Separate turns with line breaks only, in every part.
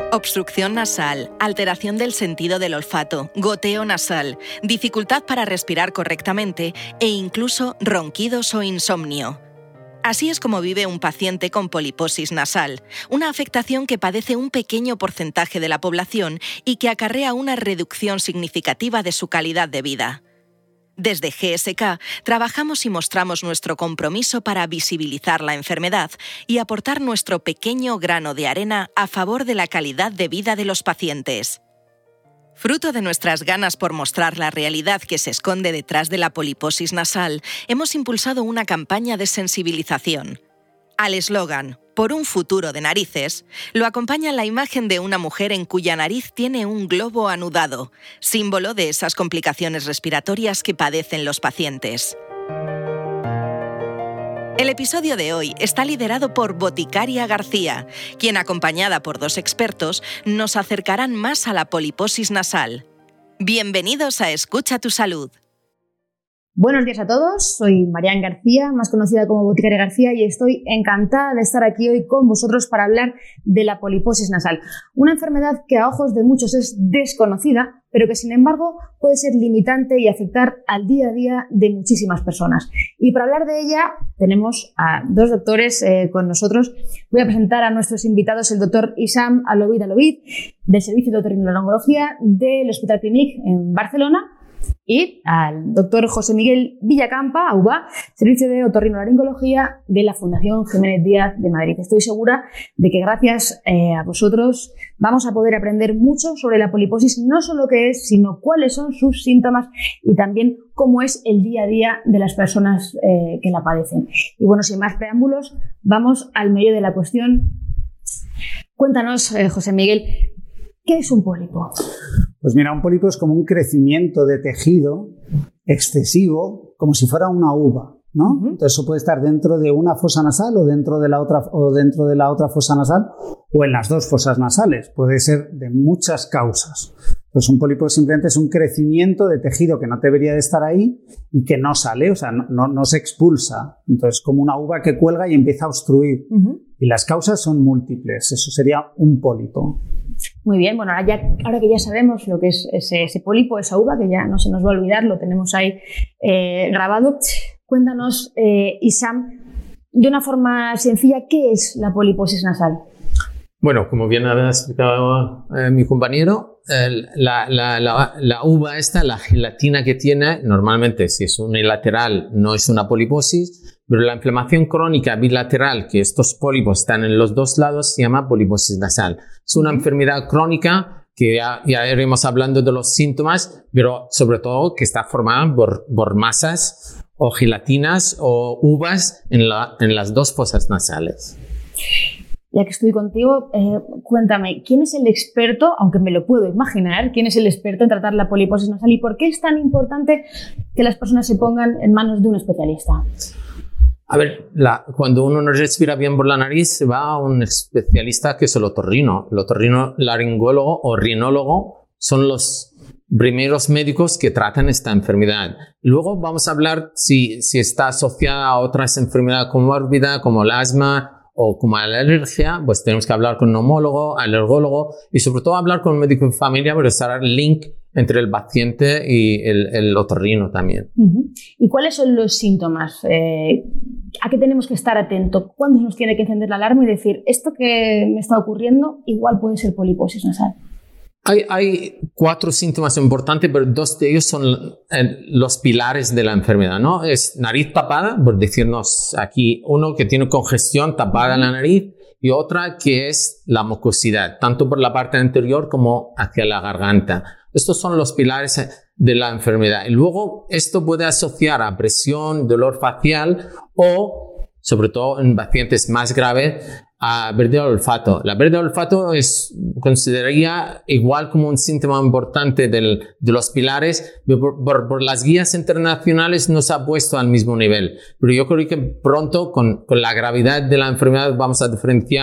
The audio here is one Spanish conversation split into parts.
Obstrucción nasal, alteración del sentido del olfato, goteo nasal, dificultad para respirar correctamente e incluso ronquidos o insomnio. Así es como vive un paciente con poliposis nasal, una afectación que padece un pequeño porcentaje de la población y que acarrea una reducción significativa de su calidad de vida. Desde GSK trabajamos y mostramos nuestro compromiso para visibilizar la enfermedad y aportar nuestro pequeño grano de arena a favor de la calidad de vida de los pacientes. Fruto de nuestras ganas por mostrar la realidad que se esconde detrás de la poliposis nasal, hemos impulsado una campaña de sensibilización. Al eslogan "Por un futuro de narices", lo acompaña la imagen de una mujer en cuya nariz tiene un globo anudado, símbolo de esas complicaciones respiratorias que padecen los pacientes. El episodio de hoy está liderado por Boticaria García, quien, acompañada por 2 expertos, nos acercarán más a la poliposis nasal. Bienvenidos a Escucha tu Salud.
Buenos días a todos, soy Marian García, más conocida como Boticaria García, y estoy encantada de estar aquí hoy con vosotros para hablar de la poliposis nasal, una enfermedad que a ojos de muchos es desconocida, pero que sin embargo puede ser limitante y afectar al día a día de muchísimas personas. Y para hablar de ella tenemos a 2 doctores con nosotros. Voy a presentar a nuestros invitados, el doctor Issam Alovid Alovid, del Servicio de Otorrinolaringología del Hospital Clínic en Barcelona, y al doctor José Miguel Villacampa, AUBA, Servicio de Otorrinolaringología de la Fundación Jiménez Díaz de Madrid. Estoy segura de que gracias a vosotros vamos a poder aprender mucho sobre la poliposis, no solo qué es, sino cuáles son sus síntomas y también cómo es el día a día de las personas que la padecen. Y bueno, sin más preámbulos, vamos al meollo de la cuestión. Cuéntanos, José Miguel, ¿qué es un pólipo?
Pues mira, un pólipo es como un crecimiento de tejido excesivo, como si fuera una uva, ¿no? Entonces eso puede estar dentro de una fosa nasal o dentro de la otra fosa nasal o en las 2 fosas nasales. Puede ser de muchas causas. Pues un pólipo simplemente es un crecimiento de tejido que no debería de estar ahí y que no sale, o sea, no se expulsa. Entonces, como una uva que cuelga y empieza a obstruir. Y las causas son múltiples. Eso sería un pólipo.
Muy bien, bueno, ahora que ya sabemos lo que es ese pólipo, esa uva, que ya no se nos va a olvidar, lo tenemos ahí grabado. Cuéntanos, Issam, de una forma sencilla, ¿qué es la poliposis nasal?
Bueno, como bien ha explicado mi compañero, la uva esta, la gelatina que tiene, normalmente si es unilateral no es una poliposis, pero la inflamación crónica bilateral, que estos pólipos están en los 2 lados, se llama poliposis nasal. Es una enfermedad crónica que ya iremos hablando de los síntomas, pero sobre todo que está formada por masas o gelatinas o uvas en las 2 fosas nasales.
Ya que estoy contigo, cuéntame, ¿quién es el experto, aunque me lo puedo imaginar, quién es el experto en tratar la poliposis nasal y por qué es tan importante que las personas se pongan en manos de un especialista?
A ver, cuando uno no respira bien por la nariz, se va a un especialista que es el otorrino. El otorrinolaringólogo o rinólogo son los primeros médicos que tratan esta enfermedad. Luego vamos a hablar si está asociada a otras enfermedades comórbidas como el asma o como la alergia, pues tenemos que hablar con un neumólogo, alergólogo y sobre todo hablar con un médico de familia para estar el link entre el paciente y el otorrino también.
¿Y cuáles son los síntomas? ¿A qué tenemos que estar atentos? ¿Cuándo nos tiene que encender la alarma y decir, esto que me está ocurriendo igual puede ser poliposis nasal?
Hay 4 síntomas importantes, pero 2 de ellos son los pilares de la enfermedad, ¿no? Es nariz tapada, por decirnos aquí, uno que tiene congestión tapada en la nariz y otra que es la mucosidad, tanto por la parte anterior como hacia la garganta. Estos son los pilares de la enfermedad. Y luego esto puede asociar a presión, dolor facial o, sobre todo en pacientes más graves, a pérdida de olfato. La pérdida de olfato consideraría igual como un síntoma importante de los pilares, pero por las guías internacionales no se ha puesto al mismo nivel. Pero yo creo que pronto, con la gravedad de la enfermedad, vamos a diferenciar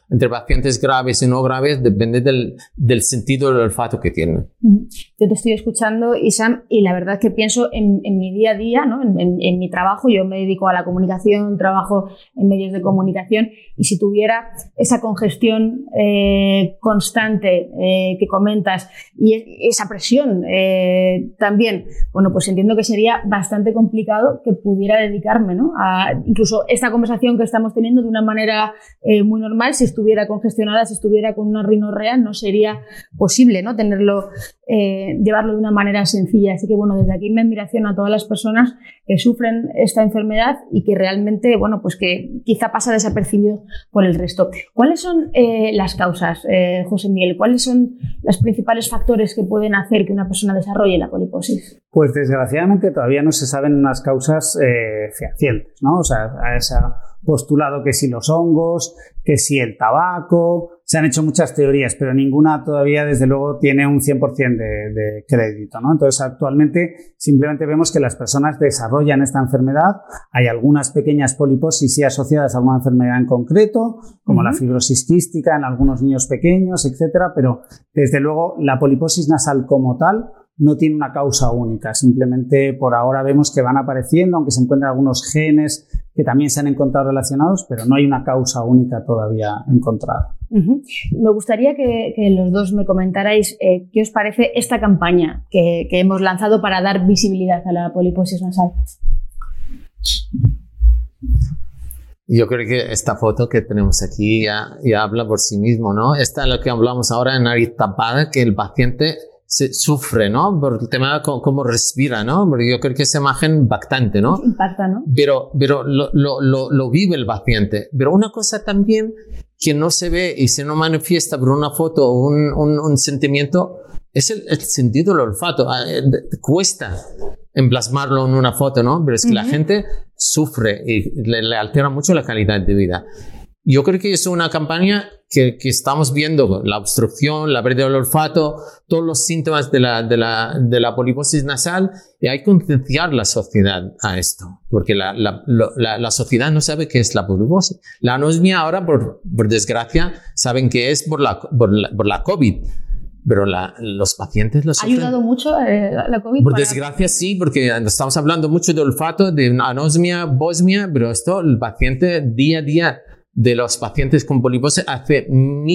entre pacientes graves y no graves depende del sentido del olfato que tienen.
Yo te estoy escuchando, Isam, y la verdad que pienso en mi día a día, ¿no? En mi trabajo. Yo me dedico a la comunicación, trabajo en medios de comunicación, y si tuviera esa congestión constante que comentas y esa presión también, bueno, pues entiendo que sería bastante complicado que pudiera dedicarme, ¿no? A incluso esta conversación que estamos teniendo de una manera muy normal. Si estuviera congestionada, si estuviera con una rinorrea, no sería posible, ¿no? Tenerlo, llevarlo de una manera sencilla. Así que, bueno, desde aquí mi admiración a todas las personas que sufren esta enfermedad y que realmente, bueno, pues que quizá pasa desapercibido por el resto. ¿Cuáles son las causas, José Miguel? ¿Cuáles son los principales factores que pueden hacer que una persona desarrolle la poliposis?
Pues desgraciadamente todavía no se saben unas causas fehacientes, ¿no? O sea, se ha postulado que si los hongos, que si el tabaco, se han hecho muchas teorías, pero ninguna todavía, desde luego, tiene un 100% de crédito, ¿no? Entonces, actualmente simplemente vemos que las personas desarrollan esta enfermedad. Hay algunas pequeñas poliposis sí asociadas a alguna enfermedad en concreto, como la fibrosis quística en algunos niños pequeños, etcétera, pero desde luego la poliposis nasal como tal no tiene una causa única. Simplemente por ahora vemos que van apareciendo, aunque se encuentran algunos genes que también se han encontrado relacionados, pero no hay una causa única todavía encontrada.
Me gustaría que los dos me comentarais qué os parece esta campaña que hemos lanzado para dar visibilidad a la poliposis nasal.
Yo creo que esta foto que tenemos aquí ya habla por sí mismo, ¿no? Esta es lo que hablamos ahora en nariz tapada, que el paciente se sufre, ¿no? Por el tema de cómo respira, ¿no? Porque yo creo que esa imagen impactante, ¿no?
Impacta, ¿no?
Pero lo vive el paciente. Pero una cosa también que no se ve y se no manifiesta por una foto o un sentimiento es el sentido del olfato. Cuesta emplasmarlo en una foto, ¿no? Pero es que la gente sufre y le altera mucho la calidad de vida. Yo creo que es una campaña que estamos viendo, la obstrucción, la pérdida del olfato, todos los síntomas de la poliposis nasal, y hay que concienciar la sociedad a esto, porque la sociedad no sabe qué es la poliposis. La anosmia ahora, por desgracia, saben que es por la COVID, pero los pacientes lo sufren.
¿Ha ayudado mucho la COVID?
Por desgracia sí, porque estamos hablando mucho de olfato, de anosmia, bosmia, pero esto el paciente día a día de los pacientes con poliposis hace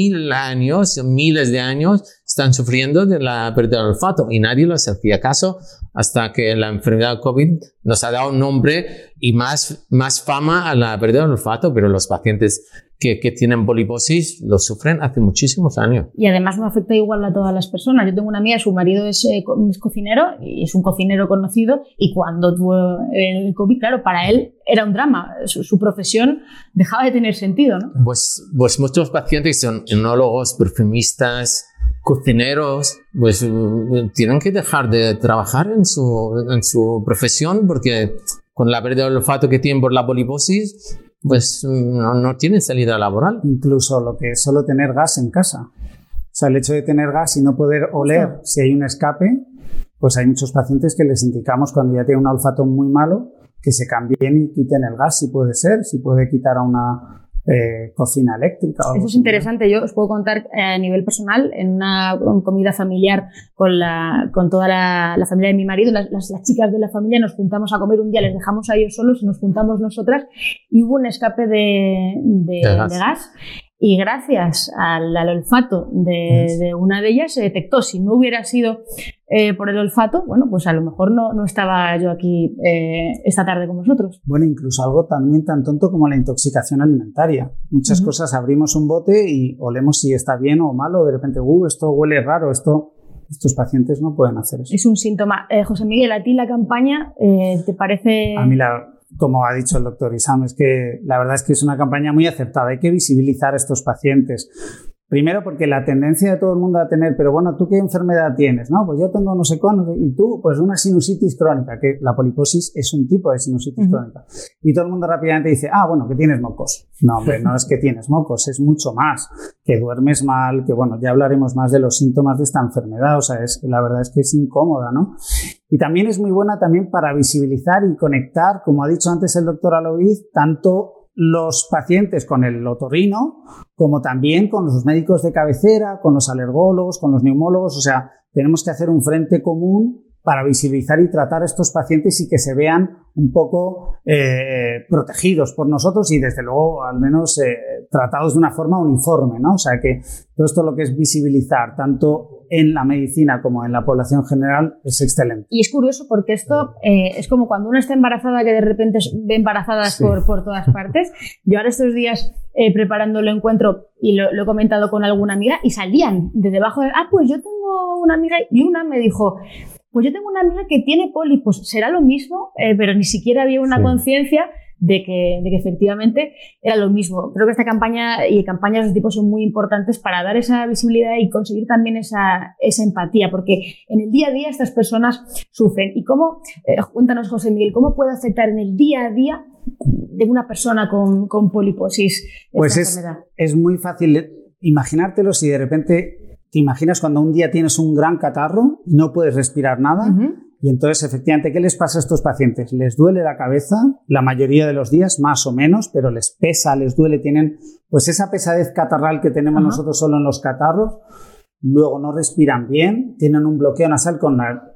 miles de años están sufriendo de la pérdida del olfato y nadie les hacía caso hasta que la enfermedad COVID nos ha dado un nombre y más fama a la pérdida del olfato, pero los pacientes que tienen poliposis lo sufren hace muchísimos años.
Y además no afecta igual a todas las personas. Yo tengo una amiga, su marido es cocinero y es un cocinero conocido, y cuando tuvo el COVID, claro, para él era un drama. Su profesión dejaba de tener sentido, ¿no?
Pues muchos pacientes son enólogos, perfumistas, cocineros, pues tienen que dejar de trabajar en su profesión porque con la pérdida del olfato que tienen por la poliposis, pues no tienen salida laboral.
Incluso lo que es solo tener gas en casa. O sea, el hecho de tener gas y no poder oler si hay un escape, pues hay muchos pacientes que les indicamos cuando ya tienen un olfato muy malo que se cambien y quiten el gas, si puede ser, si puede quitar a una cocina eléctrica.
Eso es interesante. Yo os puedo contar a nivel personal, en una comida familiar con toda la familia de mi marido, las chicas de la familia nos juntamos a comer un día, les dejamos a ellos solos y nos juntamos nosotras y hubo un escape de gas. Y gracias al olfato de una de ellas se detectó. Si no hubiera sido por el olfato, bueno, pues a lo mejor no estaba yo aquí esta tarde con vosotros.
Bueno, incluso algo también tan tonto como la intoxicación alimentaria. Muchas cosas, abrimos un bote y olemos si está bien o malo. De repente, esto huele raro, estos pacientes no pueden hacer eso.
Es un síntoma. José Miguel, ¿a ti la campaña te parece...?
A mí como ha dicho el doctor Isam, es que la verdad es que es una campaña muy acertada. Hay que visibilizar a estos pacientes. Primero porque la tendencia de todo el mundo a tener, pero bueno, ¿tú qué enfermedad tienes? No, pues yo tengo no sé cuándo, y tú, pues una sinusitis crónica, que la poliposis es un tipo de sinusitis crónica. Y todo el mundo rápidamente dice, bueno, que tienes mocos. No, hombre, no es que tienes mocos, es mucho más. Que duermes mal, que bueno, ya hablaremos más de los síntomas de esta enfermedad, o sea, la verdad es que es incómoda, ¿no? Y también es muy buena también para visibilizar y conectar, como ha dicho antes el doctor Aloiz, tanto los pacientes con el otorrino, como también con los médicos de cabecera, con los alergólogos, con los neumólogos. O sea, tenemos que hacer un frente común para visibilizar y tratar a estos pacientes y que se vean un poco protegidos por nosotros y, desde luego, al menos tratados de una forma uniforme, ¿no? O sea, que todo esto lo que es visibilizar, tanto en la medicina como en la población general, es excelente.
Y es curioso porque esto es como cuando uno está embarazada, que de repente ve embarazadas por todas partes. Yo ahora estos días preparando el encuentro, y lo he comentado con alguna amiga, y salían de debajo de, pues yo tengo una amiga, y una me dijo, pues yo tengo una amiga que tiene pólipos, será lo mismo, pero ni siquiera había una conciencia de que efectivamente era lo mismo. Creo que esta campaña y campañas de este tipo son muy importantes para dar esa visibilidad y conseguir también esa empatía, porque en el día a día estas personas sufren. ¿Y cómo, cuéntanos, José Miguel, cómo puede afectar en el día a día de una persona con poliposis
esta
enfermedad?
Es muy fácil imaginártelo si de repente te imaginas cuando un día tienes un gran catarro y no puedes respirar nada. Y entonces, efectivamente, ¿qué les pasa a estos pacientes? Les duele la cabeza la mayoría de los días, más o menos, pero les pesa, les duele, tienen pues esa pesadez catarral que tenemos nosotros solo en los catarros. Luego no respiran bien, tienen un bloqueo nasal con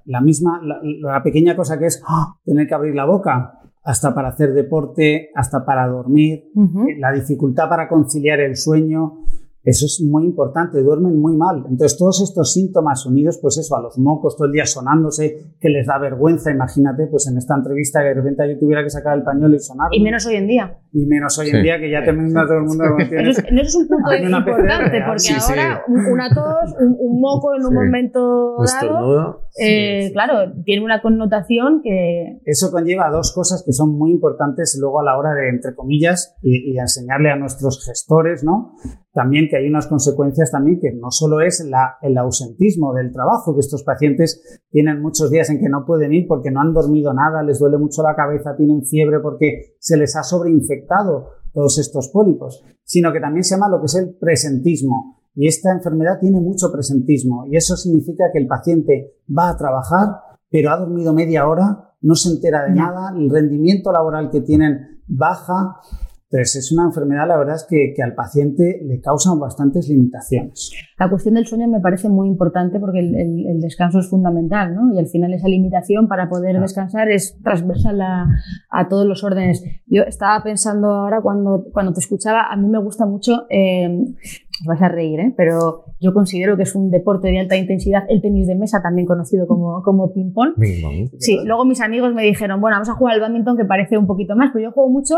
la pequeña cosa que es tener que abrir la boca, hasta para hacer deporte, hasta para dormir, la dificultad para conciliar el sueño. Eso es muy importante, duermen muy mal. Entonces, todos estos síntomas unidos, pues eso, a los mocos todo el día sonándose, que les da vergüenza, imagínate, pues en esta entrevista que de repente yo tuviera que sacar el pañuelo y sonar.
Y menos hoy en día.
Y menos hoy en día, que ya termina todo el mundo.
Eso es un punto importante, porque ahora una tos, un moco en un momento dado, claro, tiene una connotación que...
Eso conlleva dos cosas que son muy importantes luego a la hora de, entre comillas, y enseñarle a nuestros gestores, ¿no? También que hay unas consecuencias también que no solo es el ausentismo del trabajo, que estos pacientes tienen muchos días en que no pueden ir porque no han dormido nada, les duele mucho la cabeza, tienen fiebre porque se les ha sobreinfectado todos estos pólipos, sino que también se llama lo que es el presentismo. Y esta enfermedad tiene mucho presentismo y eso significa que el paciente va a trabajar, pero ha dormido media hora, no se entera de nada, el rendimiento laboral que tienen baja. Entonces, es una enfermedad, la verdad es que al paciente le causan bastantes limitaciones.
La cuestión del sueño me parece muy importante porque el descanso es fundamental, ¿no? Y al final esa limitación para poder descansar es transversal a todos los órdenes. Yo estaba pensando ahora cuando te escuchaba, a mí me gusta mucho, os vais a reír, pero yo considero que es un deporte de alta intensidad, el tenis de mesa, también conocido como ping-pong. Sí, luego mis amigos me dijeron, bueno, vamos a jugar al bádminton, que parece un poquito más, pero yo juego mucho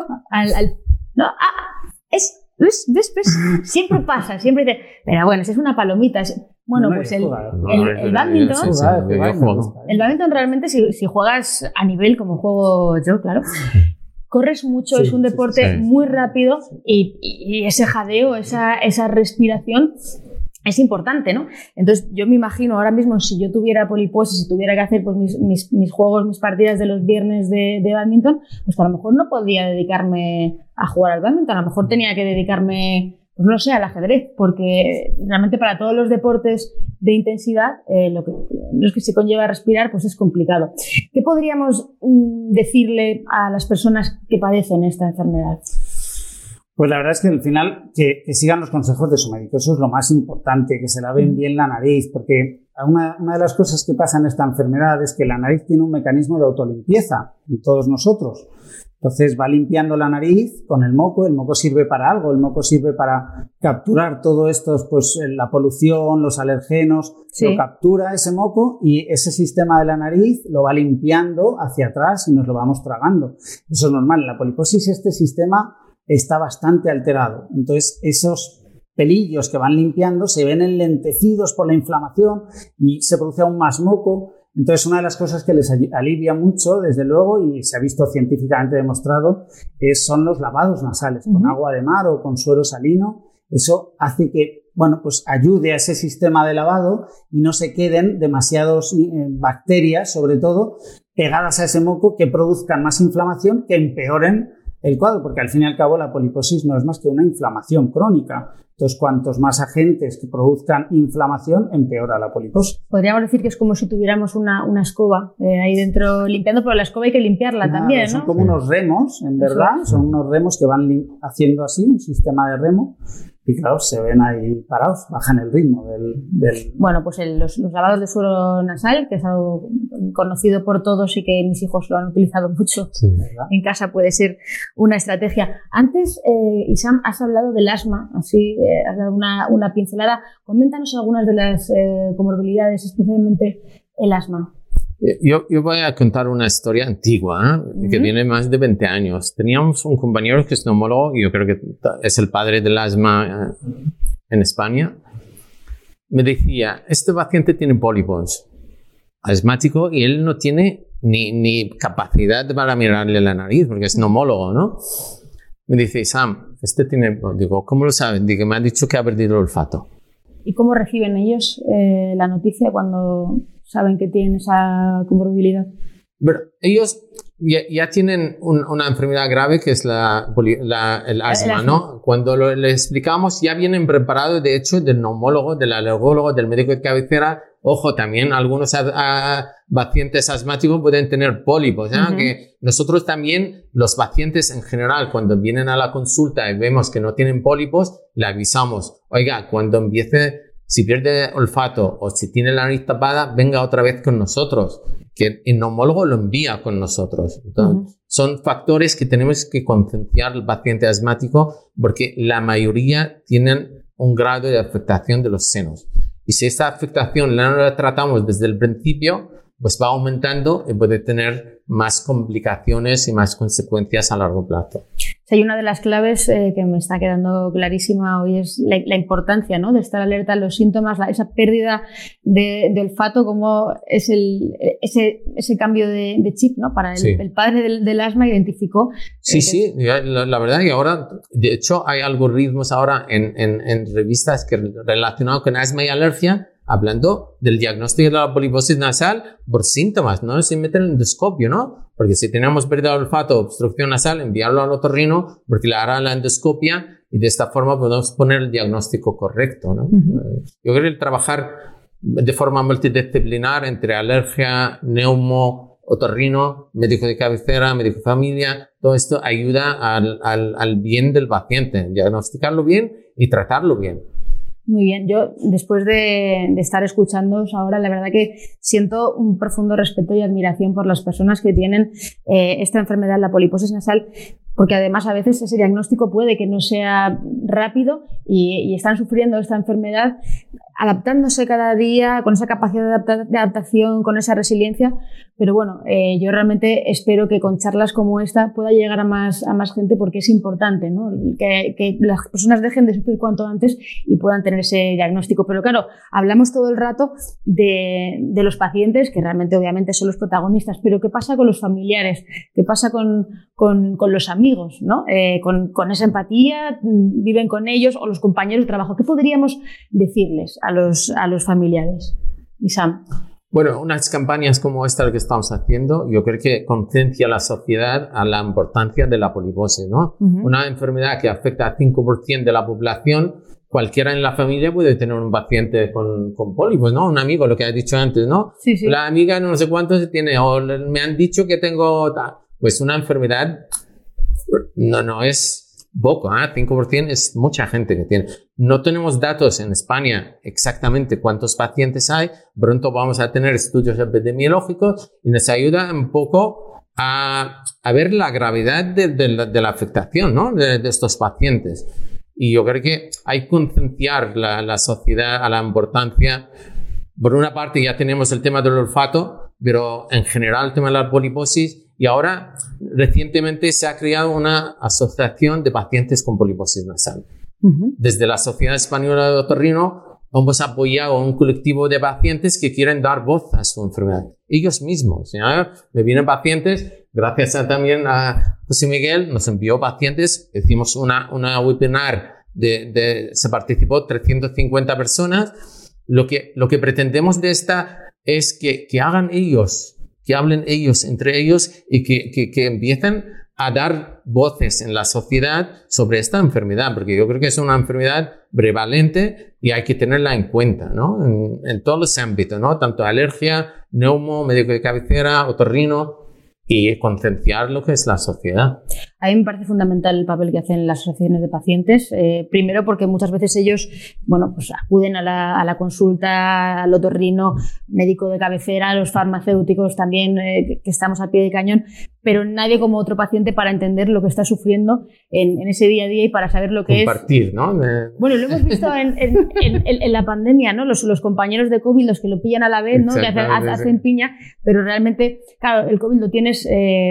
¿ves? Siempre pasa, siempre te... Pero bueno, si es una palomita, bueno, pues el bádminton... El bádminton realmente, si juegas a nivel como juego yo, claro, corres mucho, es un deporte muy rápido y ese jadeo, esa respiración es importante, ¿no? Entonces, yo me imagino ahora mismo, si yo tuviera poliposis, si tuviera que hacer pues, mis juegos, mis partidas de los viernes de bádminton, pues que a lo mejor no podía dedicarme a jugar al bádminton, a lo mejor tenía que dedicarme, pues no sé, al ajedrez, porque realmente para todos los deportes de intensidad, los que se conlleva respirar, pues es complicado. ¿Qué podríamos decirle a las personas que padecen esta enfermedad?
Pues la verdad es que al final que sigan los consejos de su médico, eso es lo más importante, que se laven bien la nariz, porque una de las cosas que pasa en esta enfermedad es que la nariz tiene un mecanismo de autolimpieza en todos nosotros. Entonces va limpiando la nariz con el moco sirve para algo, el moco sirve para capturar todo esto, pues la polución, los alergenos, lo captura ese moco y ese sistema de la nariz lo va limpiando hacia atrás y nos lo vamos tragando. Eso es normal, en la poliposis este sistema está bastante alterado. Entonces, esos pelillos que van limpiando se ven enlentecidos por la inflamación y se produce aún más moco. Entonces, una de las cosas que les alivia mucho, desde luego, y se ha visto científicamente demostrado, son los lavados nasales con agua de mar o con suero salino. Eso hace que, pues ayude a ese sistema de lavado y no se queden demasiadas bacterias, sobre todo, pegadas a ese moco que produzcan más inflamación, que empeoren el cuadro, porque al fin y al cabo la poliposis no es más que una inflamación crónica. Entonces, cuantos más agentes que produzcan inflamación, empeora la poliposis.
Podríamos decir que es como si tuviéramos una escoba ahí dentro limpiando, pero la escoba hay que limpiarla también, ¿no?
Son como unos remos, en verdad, son unos remos que van haciendo así, un sistema de remo. Y claro, se ven ahí parados, bajan el ritmo del...
Bueno, pues los lavados de suelo nasal, que es algo conocido por todos y que mis hijos lo han utilizado mucho en casa, puede ser una estrategia. Antes, Isam, has hablado del asma, así has dado una pincelada. Coméntanos algunas de las comorbilidades, especialmente el asma.
Yo voy a contar una historia antigua, que tiene más de 20 años. Teníamos un compañero que es neumólogo, y yo creo que es el padre del asma en España. Me decía, este paciente tiene pólipos asmático y él no tiene ni capacidad para mirarle la nariz, porque es neumólogo, ¿no? Me dice, Sam, este tiene... Digo, ¿cómo lo sabes? Digo, me ha dicho que ha perdido el olfato.
¿Y cómo reciben ellos la noticia cuando saben que tienen esa comorbilidad?
Pero ellos ya tienen una enfermedad grave que es el asma, ¿no? Cuando le explicamos, ya vienen preparados, de hecho, del neumólogo, del alergólogo, del médico de cabecera. Ojo, también algunos pacientes asmáticos pueden tener pólipos, ¿eh? Que nosotros también, los pacientes en general, cuando vienen a la consulta y vemos que no tienen pólipos, le avisamos, oiga, cuando empiece, si pierde olfato o si tiene la nariz tapada, venga otra vez con nosotros, que el neumólogo lo envía con nosotros. Entonces, son factores que tenemos que concienciar al paciente asmático, porque la mayoría tienen un grado de afectación de los senos. Y si esta afectación la tratamos desde el principio, pues va aumentando y puede tener más complicaciones y más consecuencias a largo plazo.
Sí, una de las claves que me está quedando clarísima hoy es la importancia, ¿no?, de estar alerta a los síntomas, esa pérdida de olfato, como es ese cambio de chip, ¿no? Para el padre del asma identificó.
Sí, la verdad, y ahora, de hecho, hay algoritmos ahora en revistas relacionados con asma y alergia, hablando del diagnóstico de la poliposis nasal por síntomas, no sin meter el endoscopio, ¿no? Porque si tenemos pérdida de olfato o obstrucción nasal, enviarlo al otorrino porque le hará la endoscopia y de esta forma podemos poner el diagnóstico correcto, ¿no? Yo creo que trabajar de forma multidisciplinar entre alergia, neumo, otorrino, médico de cabecera, médico de familia, todo esto ayuda al bien del paciente, diagnosticarlo bien y tratarlo bien.
Muy bien, yo después de estar escuchándoos ahora, la verdad que siento un profundo respeto y admiración por las personas que tienen esta enfermedad, la poliposis nasal, porque además a veces ese diagnóstico puede que no sea rápido y están sufriendo esta enfermedad, adaptándose cada día, con esa capacidad de adaptación, con esa resiliencia. Pero bueno, yo realmente espero que con charlas como esta pueda llegar a más gente, porque es importante, ¿no?, que las personas dejen de sufrir cuanto antes y puedan tener ese diagnóstico. Pero claro, hablamos todo el rato de los pacientes, que realmente obviamente son los protagonistas, pero ¿qué pasa con los familiares? ¿Qué pasa con los amigos, ¿no? Con esa empatía, viven con ellos, o los compañeros de trabajo. ¿Qué podríamos decirles a los familiares? Isam.
Bueno, unas campañas como esta que estamos haciendo, yo creo que conciencia a la sociedad a la importancia de la poliposis, ¿no? Una enfermedad que afecta al 5% de la población. Cualquiera en la familia puede tener un paciente con pólipos, ¿no? Un amigo, lo que has dicho antes, ¿no?
Sí.
La amiga no sé cuántos tiene, o me han dicho que tengo... Pues una enfermedad no es poco, 5% es mucha gente que tiene. No tenemos datos en España exactamente cuántos pacientes hay. Pronto vamos a tener estudios epidemiológicos y nos ayuda un poco a ver la gravedad de la afectación, ¿no?, de estos pacientes. Y yo creo que hay que concienciar la sociedad a la importancia. Por una parte ya tenemos el tema del olfato, pero en general el tema de la poliposis. Y ahora, recientemente se ha creado una asociación de pacientes con poliposis nasal. Desde la Sociedad Española de Otorrino hemos apoyado a un colectivo de pacientes que quieren dar voz a su enfermedad. Ellos mismos, ¿ya? Me vienen pacientes, gracias también a José Miguel, nos envió pacientes, hicimos una webinar, se participó 350 personas. Lo que pretendemos de esta es que hagan ellos, que hablen ellos entre ellos y que empiecen a dar voces en la sociedad sobre esta enfermedad, porque yo creo que es una enfermedad prevalente y hay que tenerla en cuenta, ¿no? En todos los ámbitos, ¿no? Tanto alergia, neumo, médico de cabecera, otorrino, y concienciar lo que es la sociedad.
A mí me parece fundamental el papel que hacen las asociaciones de pacientes. Primero porque muchas veces ellos, bueno, pues acuden a la consulta, al otorrino, médico de cabecera, a los farmacéuticos también, que estamos al pie de cañón, pero nadie como otro paciente para entender lo que está sufriendo en ese día a día y para saber lo que
compartir, ¿no?
Bueno, lo hemos visto en la pandemia, ¿no? Los compañeros de COVID, los que lo pillan a la vez, ¿no? Que hacen piña, pero realmente, claro, el COVID lo tienes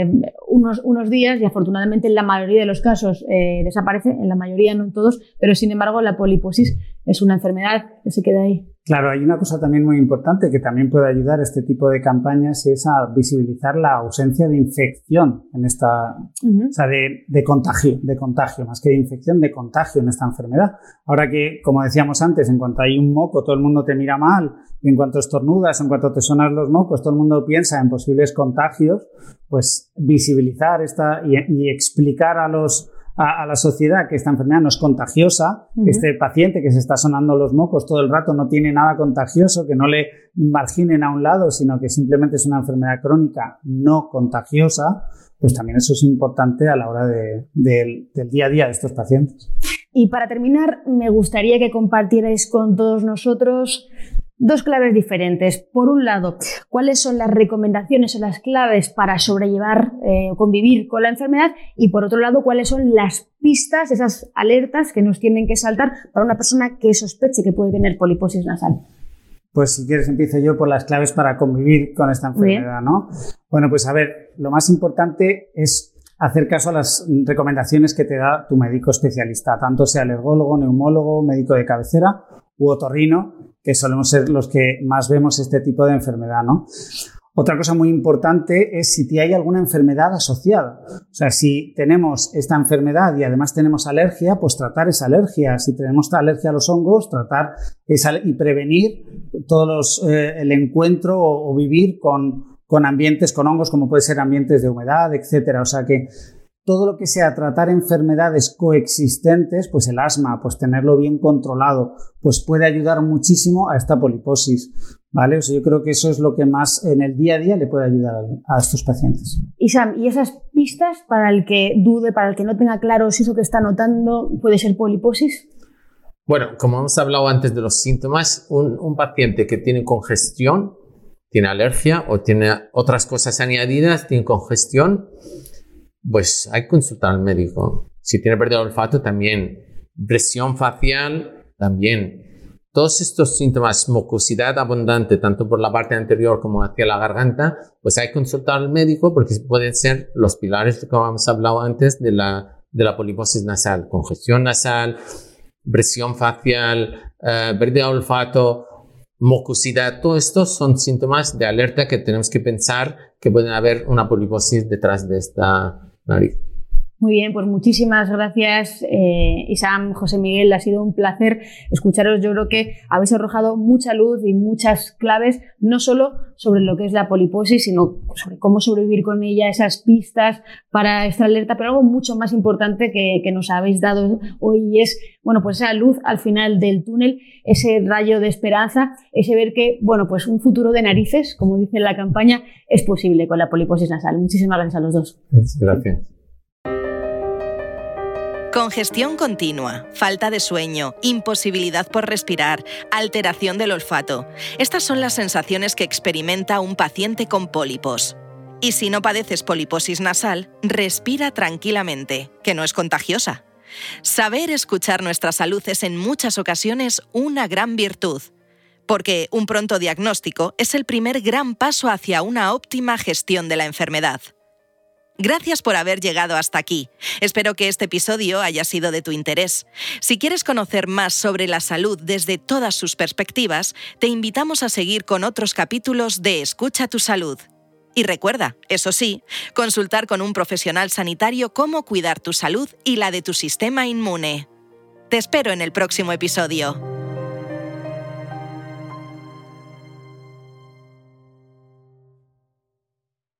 unos días y afortunadamente en la mayoría de los casos desaparece, en la mayoría, no en todos, pero sin embargo la poliposis es una enfermedad que se queda ahí.
Claro, hay una cosa también muy importante que también puede ayudar a este tipo de campañas y es a visibilizar la ausencia de infección en esta, o sea, de contagio, más que de infección, de contagio en esta enfermedad. Ahora que, como decíamos antes, en cuanto hay un moco, todo el mundo te mira mal, y en cuanto estornudas, en cuanto te sonan los mocos, todo el mundo piensa en posibles contagios, pues visibilizar y explicar a la sociedad que esta enfermedad no es contagiosa, este paciente que se está sonando los mocos todo el rato no tiene nada contagioso, que no le marginen a un lado, sino que simplemente es una enfermedad crónica no contagiosa, pues también eso es importante a la hora del día a día de estos pacientes.
Y para terminar, me gustaría que compartierais con todos nosotros dos claves diferentes. Por un lado, ¿cuáles son las recomendaciones o las claves para sobrellevar o convivir con la enfermedad? Y por otro lado, ¿cuáles son las pistas, esas alertas que nos tienen que saltar para una persona que sospeche que puede tener poliposis nasal?
Pues si quieres empiezo yo por las claves para convivir con esta enfermedad, ¿no? Bueno, pues a ver, lo más importante es hacer caso a las recomendaciones que te da tu médico especialista, tanto sea alergólogo, neumólogo, médico de cabecera u otorrino, que solemos ser los que más vemos este tipo de enfermedad, ¿no? Otra cosa muy importante es si hay alguna enfermedad asociada. O sea, si tenemos esta enfermedad y además tenemos alergia, pues tratar esa alergia. Si tenemos alergia a los hongos, tratar y prevenir el encuentro o vivir con ambientes con hongos, como puede ser ambientes de humedad, etcétera. O sea que todo lo que sea tratar enfermedades coexistentes, pues el asma, pues tenerlo bien controlado, pues puede ayudar muchísimo a esta poliposis, ¿vale? O sea, yo creo que eso es lo que más en el día a día le puede ayudar a estos pacientes.
Y Sam, ¿y esas pistas para el que dude, para el que no tenga claro si eso que está notando puede ser poliposis?
Bueno, como hemos hablado antes de los síntomas, un paciente que tiene congestión, tiene alergia o tiene otras cosas añadidas, tiene congestión, pues hay que consultar al médico. Si tiene pérdida de olfato, también. Presión facial, también. Todos estos síntomas, mucosidad abundante, tanto por la parte anterior como hacia la garganta, pues hay que consultar al médico porque pueden ser los pilares, como hemos hablado antes, de la poliposis nasal. Congestión nasal, presión facial, pérdida de olfato, mucosidad. Todos estos son síntomas de alerta que tenemos que pensar que pueden haber una poliposis detrás de esta nariz.
Muy bien, pues muchísimas gracias Isam, José Miguel, ha sido un placer escucharos. Yo creo que habéis arrojado mucha luz y muchas claves, no solo sobre lo que es la poliposis, sino sobre cómo sobrevivir con ella, esas pistas para esta alerta, pero algo mucho más importante que nos habéis dado hoy es, bueno, pues esa luz al final del túnel, ese rayo de esperanza, ese ver que, bueno, pues un futuro de narices, como dice la campaña, es posible con la poliposis nasal. Muchísimas gracias a los dos.
Gracias.
Congestión continua, falta de sueño, imposibilidad por respirar, alteración del olfato. Estas son las sensaciones que experimenta un paciente con pólipos. Y si no padeces poliposis nasal, respira tranquilamente, que no es contagiosa. Saber escuchar nuestra salud es en muchas ocasiones una gran virtud, porque un pronto diagnóstico es el primer gran paso hacia una óptima gestión de la enfermedad. Gracias por haber llegado hasta aquí. Espero que este episodio haya sido de tu interés. Si quieres conocer más sobre la salud desde todas sus perspectivas, te invitamos a seguir con otros capítulos de Escucha tu Salud. Y recuerda, eso sí, consultar con un profesional sanitario cómo cuidar tu salud y la de tu sistema inmune. Te espero en el próximo episodio.